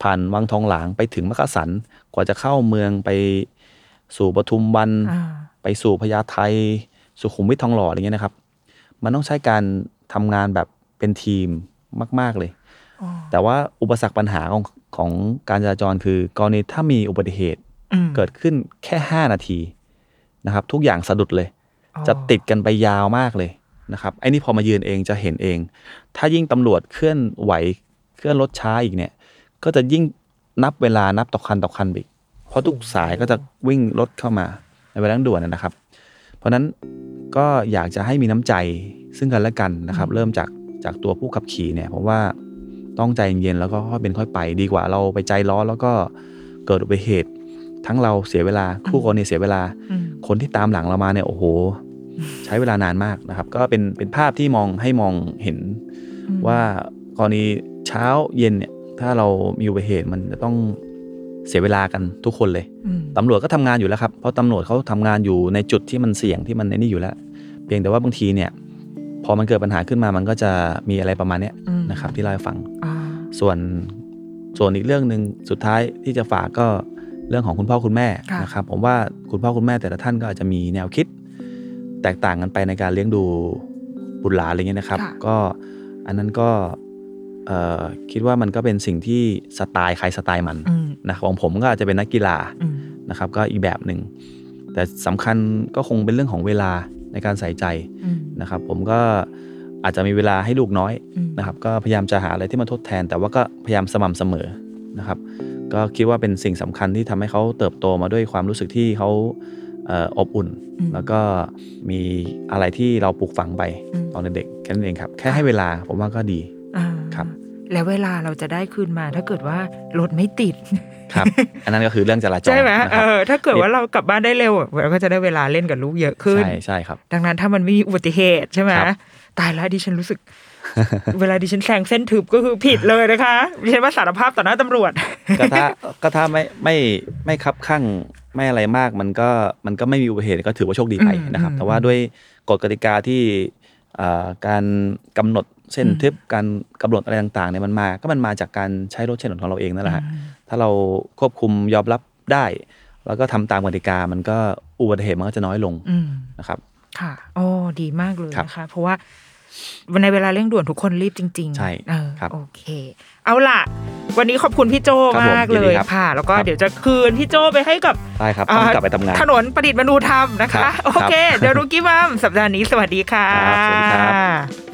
ผ่านวังทองหลางไปถึงมักกะสันกว่าจะเข้าเมืองไปสู่ปทุมวันไปสู่พญาไทสุขุมวิททองหล่ออะไรเงี้ยนะครับมันต้องใช้การทำงานแบบเป็นทีมมากๆเลยแต่ว่าอุปสรรคปัญหาของการจราจรคือกรณีถ้ามีอุบัติเหตุเกิดขึ้นแค่5นาทีนะครับทุกอย่างสะดุดเลยจะติดกันไปยาวมากเลยนะครับไอ้นี่พอมายืนเองจะเห็นเองถ้ายิ่งตำรวจเคลื่อนไหวเคลื่อนรถช้าอีกเนี่ยก็จะยิ่งนับเวลานับต่อคันอีกเพราะทุกสายก็จะวิ่งรถเข้ามาในเวลาด่วนนะครับ เพราะนั้นก็อยากจะให้มีน้ำใจซึ่งกันและกันนะครับเริ่มจากตัวผู้ขับขี่เนี่ยผมว่าต้องใจเย็นแล้วก็ค่อยเป็นค่อยไปดีกว่าเราไปใจร้อนแล้วก็เกิดอุบัติเหตุทั้งเราเสียเวลาคู่กรณีเสียเวลาคนที่ตามหลังเรามาเนี่ยโอ้โหใช้เวลานานมากนะครับก็เป็นภาพที่มองเห็นว่ากรณีเช้าเย็นเนี่ยถ้าเรามีอุบัติเหตุมันจะต้องเสียเวลากันทุกคนเลยตำรวจก็ทำงานอยู่แล้วครับเพราะตำรวจเขาทำงานอยู่ในจุดที่มันเสี่ยงที่มันนี่อยู่แล้วเพียงแต่ว่าบางทีเนี่ยพอมันเกิดปัญหาขึ้นมามันก็จะมีอะไรประมาณนี้นะครับที่เล่าให้ฟังส่วนอีกเรื่องนึงสุดท้ายที่จะฝากก็เรื่องของคุณพ่อคุณแม่นะครับผมว่าคุณพ่อคุณแม่แต่ละท่านก็อาจจะมีแนวคิดแตกต่างกันไปในการเลี้ยงดูบุตรหลานอะไรเงี้ยนะครับก็อันนั้นก็คิดว่ามันก็เป็นสิ่งที่สไตล์ใครสไตล์มันนะของผมก็อาจจะเป็นนักกีฬานะครับก็อีกแบบหนึ่งแต่สำคัญก็คงเป็นเรื่องของเวลาในการใส่ใจนะครับผมก็อาจจะมีเวลาให้ลูกน้อยนะครับก็พยายามจะหาอะไรที่มาทดแทนแต่ว่าก็พยายามสม่ำเสมอนะครับก็คิดว่าเป็นสิ่งสำคัญที่ทำให้เขาเติบโตมาด้วยความรู้สึกที่เขาอบอุ่นแล้วก็มีอะไรที่เราปลูกฝังไปตอนเด็กๆแค่นั้นเองครับแค่ให้เวลาผมว่าก็ดีครับแล้วเวลาเราจะได้คืนมาถ้าเกิดว่ารถไม่ติดครับอันนั้นก็คือเรื่องจราจรใช่ไหมถ้าเกิดว่าเรากลับบ้านได้เร็วเราก็จะได้เวลาเล่นกับลูกเยอะขึ้นใช่ครับดังนั้นถ้ามันมีอุบัติเหตุใช่ไหมตายแล้วดิฉันรู้สึก เวลาดิฉันแซงเส้นทึบก็คือผิดเลยนะคะดิฉันว่าสารภาพต่อหน้าตำรวจก็ถ้าไม่คับคั่งไม่อะไรมากมันก็ไม่มีอุบัติเหตุก็ถือว่าโชคดีไปนะครับแต่ว่าด้วยกฎกติกาที่การกำหนดเส้นทึบการกำหนดอะไรต่างๆเนี่ยมันมาจากการใช้รถใช้ถนนของเราเองนั่นแหละฮะถ้าเราควบคุมยอมรับได้แล้วก็ทำตามกติกามันก็อุบัติเหตุมันก็จะน้อยลงนะครับค่ะโอ้ดีมากเลยนะคะเพราะว่าในเวลาเร่งด่วนทุกคนรีบจริงๆใช่ครับโอเคเอาล่ะวันนี้ขอบคุณพี่โจมากเลยค่ะแล้วก็เดี๋ยวจะคืนพี่โจไปให้กับได้ครับต้องกลับไปทำงานถนนประดิษฐ์มนูธรรมนะคะโอเคเดี๋ยวรุกี้มัมสัปดาห์นี้สวัสดีค่ะสวัสดีครับ